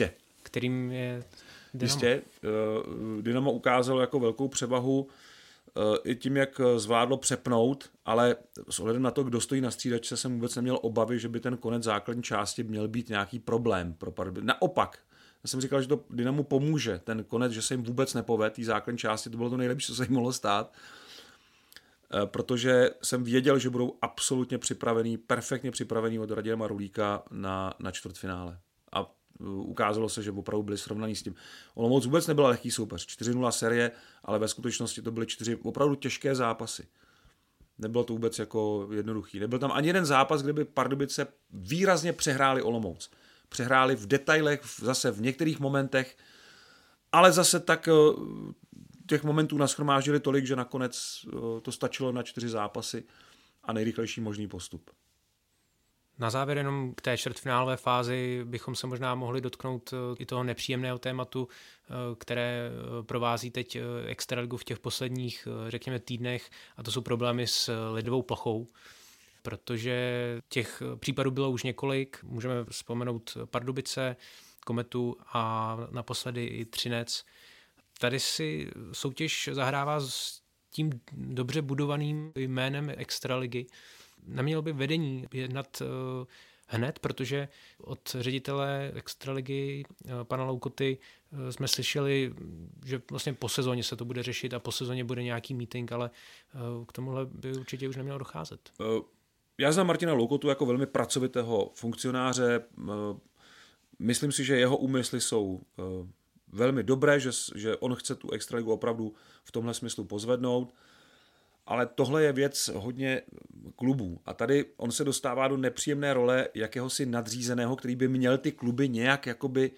kterým je Dynamo. Jistě, Dynamo ukázalo jako velkou převahu i tím, jak zvládlo přepnout, ale s ohledem na to, kdo stojí na střídačce, jsem vůbec neměl obavy, že by ten konec základní části měl být nějaký problém pro Pardubice. Naopak, já jsem říkal, že to Dynamu pomůže, ten konec, že se jim vůbec nepovede, té základní části, to bylo to nejlepší, co se jim mohlo stát, protože jsem věděl, že budou absolutně připravený, perfektně připravený od Radima Marulíka na čtvrtfinále. A ukázalo se, že opravdu byli srovnaní s tím. Olomouc vůbec nebyla lehký soupeř, 4-0 série, ale ve skutečnosti to byly 4 opravdu těžké zápasy. Nebylo to vůbec jako jednoduchý. Nebyl tam ani jeden zápas, kde by Pardubice výrazně přehráli Olomouc. Přehráli v detailech, zase v některých momentech, ale zase tak těch momentů nashromáždili tolik, že nakonec to stačilo na 4 zápasy a nejrychlejší možný postup. Na závěr jenom k té čtvrtfinálové fázi bychom se možná mohli dotknout i toho nepříjemného tématu, které provází teď extraligu v těch posledních, řekněme, týdnech, a to jsou problémy s ledovou plochou, protože těch případů bylo už několik. Můžeme vzpomenout Pardubice, Kometu a naposledy i Třinec. Tady si soutěž zahrává s tím dobře budovaným jménem extraligy. Nemělo by vedení jednat hned, protože od ředitele extraligy pana Loukoty jsme slyšeli, že vlastně po sezóně se to bude řešit a po sezóně bude nějaký meeting, ale k tomuhle by určitě už nemělo docházet. Já znám Martina Loukotu jako velmi pracovitého funkcionáře. Myslím si, že jeho úmysly jsou velmi dobré, že on chce tu extraligu opravdu v tomhle smyslu pozvednout. Ale tohle je věc hodně klubů. A tady on se dostává do nepříjemné role jakéhosi nadřízeného, který by měl ty kluby nějak jakoby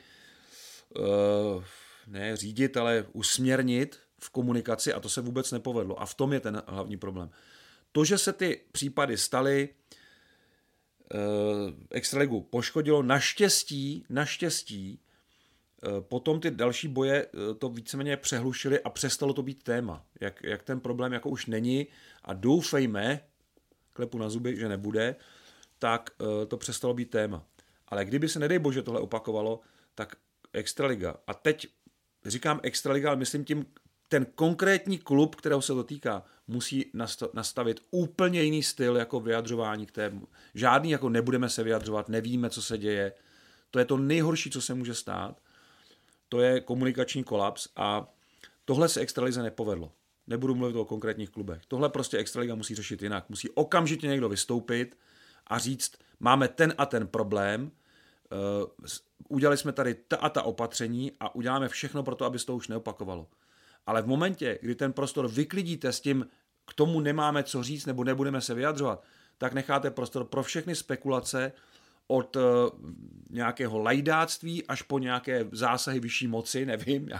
ne řídit, ale usměrnit v komunikaci, a to se vůbec nepovedlo. A v tom je ten hlavní problém. To, že se ty případy staly, extraligu poškodilo, naštěstí, potom ty další boje to víceméně přehlušily a přestalo to být téma. Jak ten problém jako už není a doufejme, klepu na zuby, že nebude, tak to přestalo být téma. Ale kdyby se, nedej bože, tohle opakovalo, tak extraliga, a teď říkám extraliga, ale myslím tím ten konkrétní klub, kterého se to týká, musí nastavit úplně jiný styl jako vyjadřování k tému. Žádný jako nebudeme se vyjadřovat, nevíme, co se děje. To je to nejhorší, co se může stát. To je komunikační kolaps a tohle se extralize nepovedlo. Nebudu mluvit o konkrétních klubech. Tohle prostě extraliga musí řešit jinak. Musí okamžitě někdo vystoupit a říct, máme ten a ten problém, udělali jsme tady ta a ta opatření a uděláme všechno pro to, aby se to už neopakovalo. Ale v momentě, kdy ten prostor vyklidíte s tím, k tomu nemáme co říct nebo nebudeme se vyjadřovat, tak necháte prostor pro všechny spekulace od nějakého lajdáctví až po nějaké zásahy vyšší moci, nevím,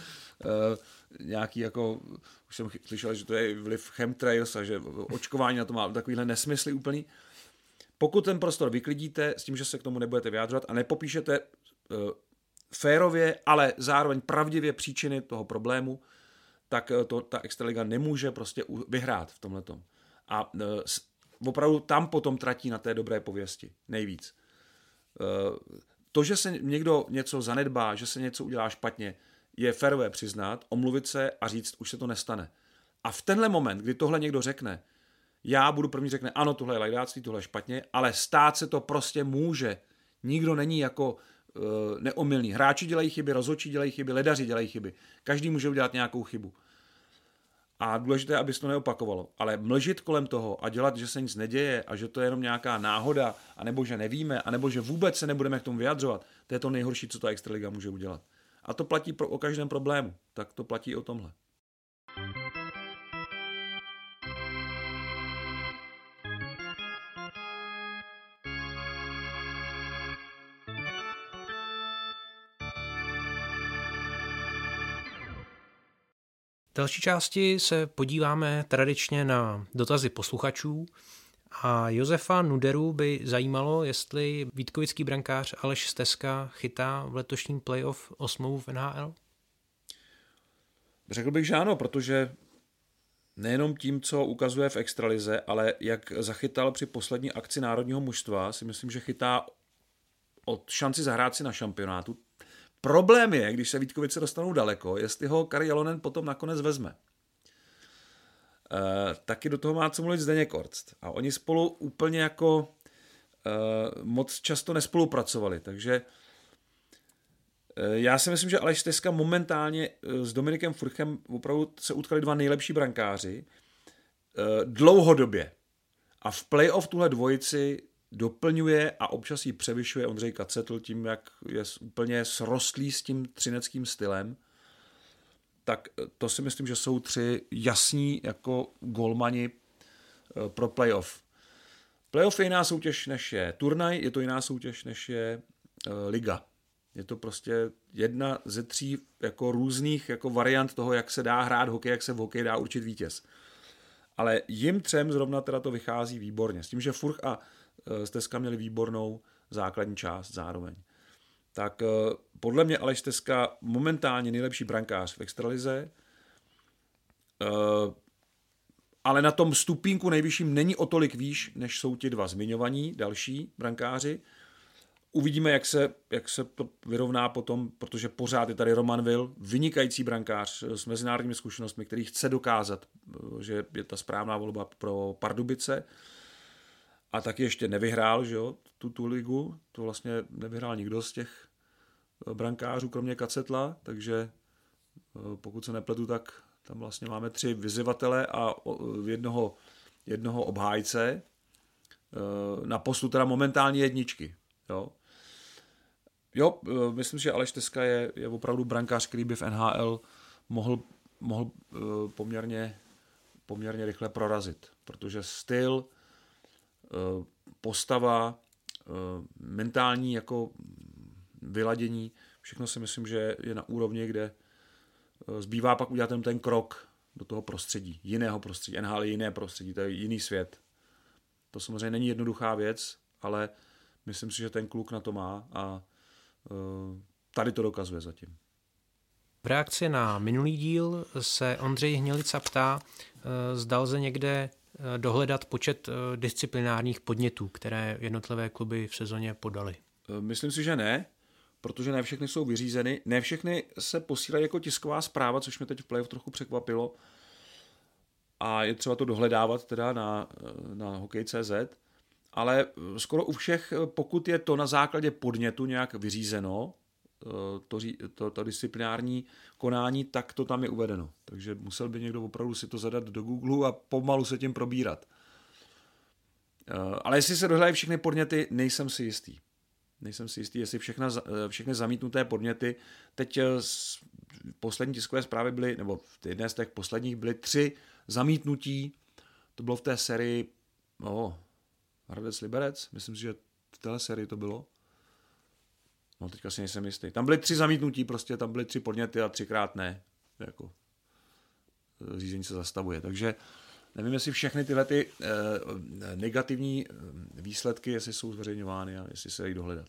nějaký jako, už jsem slyšel, že to je vliv chemtrails a že očkování na to má takovýhle nesmysly úplný. Pokud ten prostor vyklidíte s tím, že se k tomu nebudete vyjadřovat a nepopíšete férově, ale zároveň pravdivě příčiny toho problému, tak ta extraliga nemůže prostě vyhrát v tomhletom. A opravdu tam potom tratí na té dobré pověsti nejvíc. To, že se někdo něco zanedbá, že se něco udělá špatně, je férové přiznat, omluvit se a říct, už se to nestane. A v tenhle moment, kdy tohle někdo řekne, já budu první řekne, ano, tohle je lajdáctví, tohle je špatně, ale stát se to prostě může. Nikdo není jako neomylný. Hráči dělají chyby, rozhodčí dělají chyby, ledaři dělají chyby. Každý může udělat nějakou chybu. A důležité, aby se to neopakovalo. Ale mlžit kolem toho a dělat, že se nic neděje a že to je jenom nějaká náhoda, anebo že nevíme, anebo že vůbec se nebudeme k tomu vyjadřovat, to je to nejhorší, co ta extraliga může udělat. A to platí o každém problému. Tak to platí o tomhle. V další části se podíváme tradičně na dotazy posluchačů a Josefa Nuderu by zajímalo, jestli vítkovický brankář Aleš Stezka chytá v letošním playoff o smlouvu v NHL? Řekl bych, že ano, protože nejenom tím, co ukazuje v extralize, ale jak zachytal při poslední akci národního mužstva, si myslím, že chytá od šanci zahrát si na šampionátu. Problém je, když se Vítkovice dostanou daleko, jestli ho Kari Jalonen potom nakonec vezme. Taky do toho má co mluvit Zdeněk Orct. A oni spolu úplně jako moc často nespolupracovali, takže já si myslím, že Aleš Stejska momentálně s Dominikem Furchem opravdu se utkali dva nejlepší brankáři dlouhodobě. A v playoff tuhle dvojici doplňuje a občas ji převyšuje Ondřej Kacetl tím, jak je úplně srostlý s tím třineckým stylem. Tak to si myslím, že jsou tři jasní jako golmani pro playoff. Playoff je jiná soutěž, než je turnaj, je to jiná soutěž, než je liga. Je to prostě jedna ze tří jako různých jako variant toho, jak se dá hrát hokej, jak se v hokeji dá určit vítěz. Ale jim třem zrovna teda to vychází výborně. S tím, že Furch a Stejska měli výbornou základní část zároveň. Tak podle mě Aleš Stejska momentálně nejlepší brankář v extralize, ale na tom stupínku nejvyšším není o tolik výš, než jsou ti dva zmiňovaní další brankáři. Uvidíme, jak se to vyrovná potom, protože pořád je tady Roman Will, vynikající brankář s mezinárodními zkušenostmi, který chce dokázat, že je ta správná volba pro Pardubice. A taky ještě nevyhrál, že jo, tu ligu. To vlastně nevyhrál nikdo z těch brankářů, kromě Kacetla, takže pokud se nepletu, tak tam vlastně máme 3 vyzývatele a jednoho obhájce. Na postu teda momentálně jedničky. Jo, myslím, že Aleš Stejska je opravdu brankář, který by v NHL mohl poměrně rychle prorazit, protože styl, postava, mentální jako vyladění, všechno si myslím, že je na úrovni, kde zbývá pak udělat ten krok do toho prostředí, jiného prostředí. NHL je jiné prostředí, to je jiný svět. To samozřejmě není jednoduchá věc, ale myslím si, že ten kluk na to má a tady to dokazuje zatím. V reakci na minulý díl se Ondřej Hnilica ptá, zda lze někde dohledat počet disciplinárních podnětů, které jednotlivé kluby v sezóně podaly. Myslím si, že ne, protože ne všechny jsou vyřízeny. Ne všechny se posílají jako tisková zpráva, což mě teď v playoff trochu překvapilo. A je třeba to dohledávat teda na hokej.cz. Ale skoro u všech, pokud je to na základě podnětu nějak vyřízeno, to disciplinární konání, tak to tam je uvedeno. Takže musel by někdo opravdu si to zadat do Google a pomalu se tím probírat. Ale jestli se dohledají všechny podněty, nejsem si jistý. Jestli všechny zamítnuté podněty. Teď poslední tiskové zprávy byly, nebo v jedné z těch posledních byly 3 zamítnutí. To bylo v té sérii Hradec Liberec, myslím si, že v téhle sérii to bylo. No teďka si nejsem jistý. Tam byly 3 zamítnutí, prostě tam byly 3 podněty a 3krát ne. Jako řízení se zastavuje. Takže nevím, jestli všechny tyhle negativní výsledky, jestli jsou zveřejňovány a jestli se dají dohledat.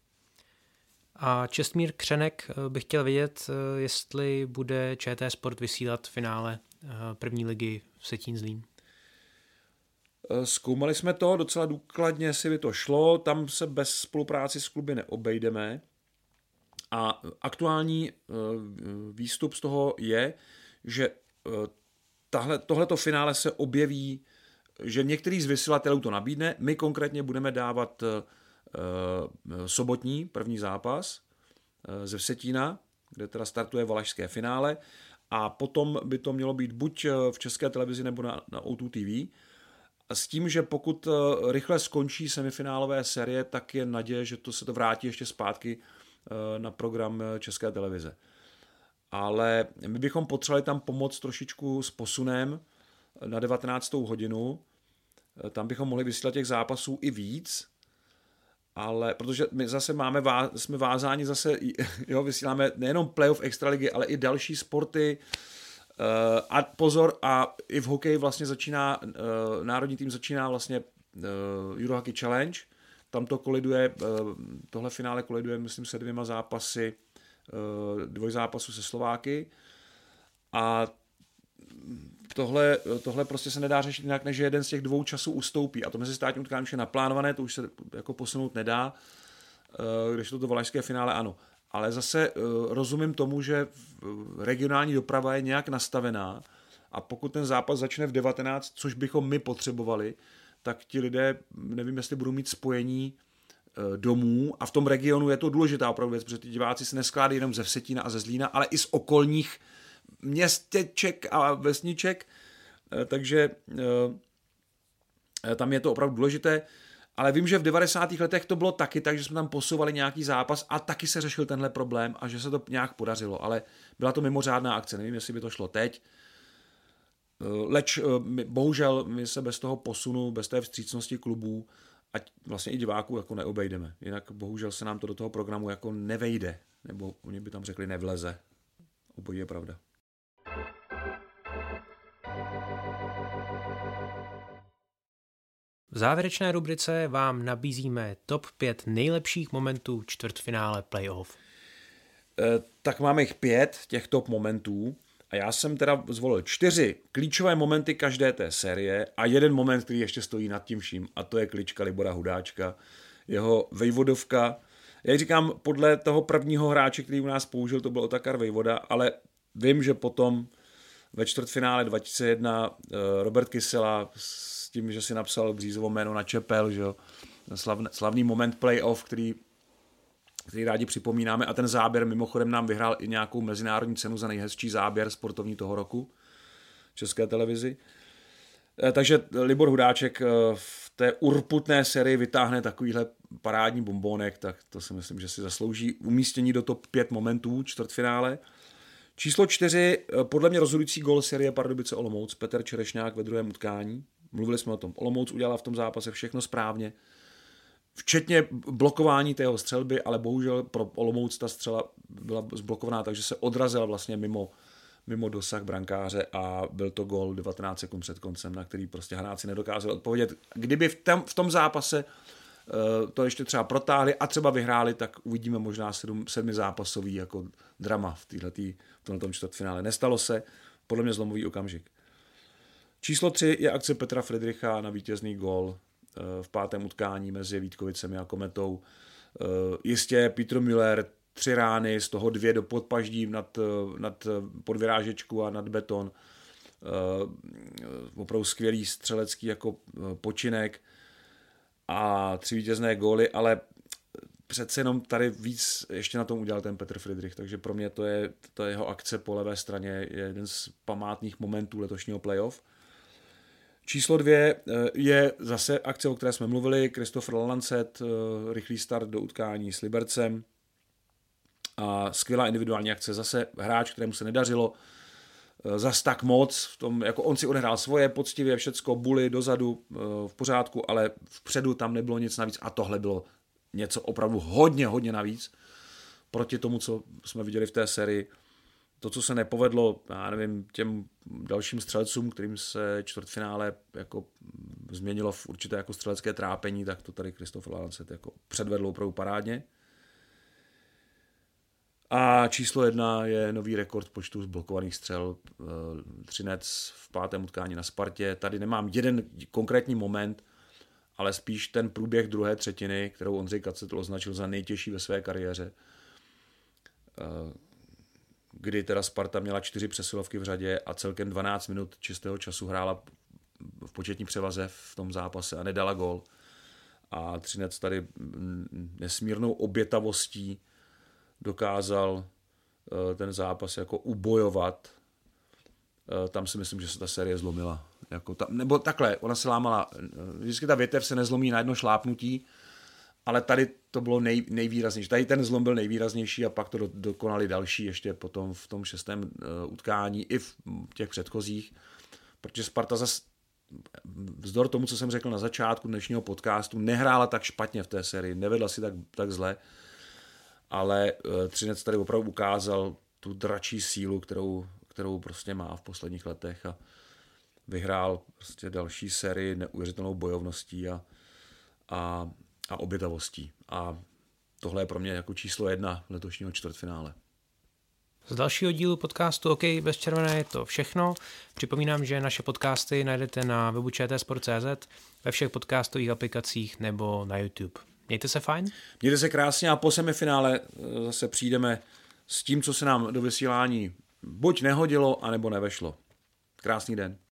A Čestmír Křenek by chtěl vědět, jestli bude ČT Sport vysílat finále první ligy v Vsetín-Zlín. Zkoumali jsme to docela důkladně, jestli by to šlo, tam se bez spolupráci s kluby neobejdeme a aktuální výstup z toho je, že tohleto finále se objeví, že některý z vysílatelů to nabídne, my konkrétně budeme dávat sobotní první zápas ze Vsetína, kde teda startuje valašské finále a potom by to mělo být buď v České televizi nebo na O2 TV. S tím, že pokud rychle skončí semifinálové série, tak je naděje, že se to vrátí ještě zpátky na program České televize. Ale my bychom potřebovali tam pomoct trošičku s posunem na 19. hodinu. Tam bychom mohli vysílat těch zápasů i víc, ale protože my zase jsme vázáni zase, vysíláme nejenom playoff extraligy, ale i další sporty. A pozor, a i v hokeji vlastně národní tým začíná vlastně Eurohockey Challenge, tam to koliduje, tohle finále koliduje, myslím, se 2 zápasy, 2 zápasů se Slováky a tohle prostě se nedá řešit jinak, než že jeden z těch 2 časů ustoupí a to mezistátní utkání je naplánované, to už se jako posunout nedá, když to valašské finále ano. ale zase rozumím tomu, že regionální doprava je nějak nastavená a pokud ten zápas začne v 19, což bychom my potřebovali, tak ti lidé, nevím, jestli budou mít spojení domů a v tom regionu je to důležitá opravdu věc, protože ty diváci se neskládají jenom ze Vsetína a ze Zlína, ale i z okolních městeček a vesniček, takže tam je to opravdu důležité, ale vím, že v 90. letech to bylo taky tak, že jsme tam posouvali nějaký zápas a taky se řešil tenhle problém a že se to nějak podařilo, ale byla to mimořádná akce, nevím, jestli by to šlo teď, leč bohužel my se bez toho posunu, bez té vstřícnosti klubů a vlastně i diváků jako neobejdeme, jinak bohužel se nám to do toho programu jako nevejde, nebo oni by tam řekli nevleze, obojí je pravda. V závěrečné rubrice vám nabízíme top 5 nejlepších momentů čtvrtfinále playoff. Tak máme jich 5 těch top momentů a já jsem teda zvolil 4 klíčové momenty každé té série a jeden moment, který ještě stojí nad tím vším a to je klička Libora Hudáčka, jeho vejvodovka. Jak říkám, podle toho prvního hráče, který u nás použil, to byl Otakar Vejvoda, ale vím, že potom ve čtvrtfinále 2001 Robert Kysela s tím, že si napsal Břízovo jméno na čepel, že jo, slavný moment playoff, který rádi připomínáme a ten záběr mimochodem nám vyhrál i nějakou mezinárodní cenu za nejhezčí záběr sportovní toho roku v České televizi. Takže Libor Hudáček v té urputné sérii vytáhne takovýhle parádní bombónek, tak to si myslím, že si zaslouží umístění do top 5 momentů čtvrtfinále. Číslo 4, podle mě rozhodující gól série Pardubice Olomouc, Petr Čerešňák ve druhém utkání. Mluvili jsme o tom, Olomouc udělala v tom zápase všechno správně, včetně blokování té jeho střelby, ale bohužel pro Olomouc ta střela byla zblokovaná, takže se odrazila vlastně mimo dosah brankáře a byl to gól 19 sekund před koncem, na který prostě hráči nedokázali odpovědět. Kdyby v tom zápase to ještě třeba protáhli a třeba vyhráli, tak uvidíme možná 7 zápasový jako drama v tomto čtvrtfinále. Nestalo se, podle mě zlomový okamžik. Číslo 3 je akce Petra Fridricha na vítězný gól v 5. utkání mezi Vítkovicemi a Kometou. Jistě Petr Müller 3 rány, z toho 2 do podpaždí nad podvyrážečku a nad beton. Opravdu skvělý střelecký jako počinek a 3 vítězné góly, ale přece jenom tady víc ještě na tom udělal ten Petr Fridrich, takže pro mě to je jeho akce po levé straně je jeden z památných momentů letošního playoff. Číslo 2 je zase akce, o které jsme mluvili, Christopher Lancet, rychlý start do utkání s Libercem a skvělá individuální akce, zase hráč, kterému se nedařilo zas tak moc, v tom, jako on si odehrál svoje, poctivě všecko, buly dozadu v pořádku, ale vpředu tam nebylo nic navíc a tohle bylo něco opravdu hodně navíc proti tomu, co jsme viděli v té sérii. To, co se nepovedlo, já nevím, těm dalším střelcům, kterým se čtvrtfinále jako změnilo v určité jako střelecké trápení, tak to tady Christopher Lancet jako předvedl opravdu parádně. A číslo 1 je nový rekord počtu zblokovaných střel. Třinec v 5. utkání na Spartě. Tady nemám jeden konkrétní moment, ale spíš ten průběh druhé třetiny, kterou Ondřej Kacetl označil za nejtěžší ve své kariéře, kdy teda Sparta měla 4 přesilovky v řadě a celkem 12 minut čistého času hrála v početní převaze v tom zápase a nedala gól. A Třinec tady nesmírnou obětavostí dokázal ten zápas jako ubojovat. Tam si myslím, že se ta série zlomila. Nebo takhle, ona se lámala. Vždycky ta větev se nezlomí na jedno šlápnutí, ale tady to bylo nejvýraznější. Tady ten zlom byl nejvýraznější a pak to dokonali další ještě potom v tom 6. utkání i v těch předchozích, protože Sparta zase vzdor tomu, co jsem řekl na začátku dnešního podcastu, nehrála tak špatně v té sérii, nevedla si tak zle, ale Třinec tady opravdu ukázal tu dračí sílu, kterou prostě má v posledních letech a vyhrál prostě další sérii neuvěřitelnou bojovností a obětavostí. A tohle je pro mě jako číslo 1 letošního čtvrtfinále. Z dalšího dílu podcastu OK bez červené je to všechno. Připomínám, že naše podcasty najdete na webu čtsport.cz, ve všech podcastových aplikacích nebo na YouTube. Mějte se fajn. Mějte se krásně a po semifinále zase přijdeme s tím, co se nám do vysílání buď nehodilo, anebo nevešlo. Krásný den.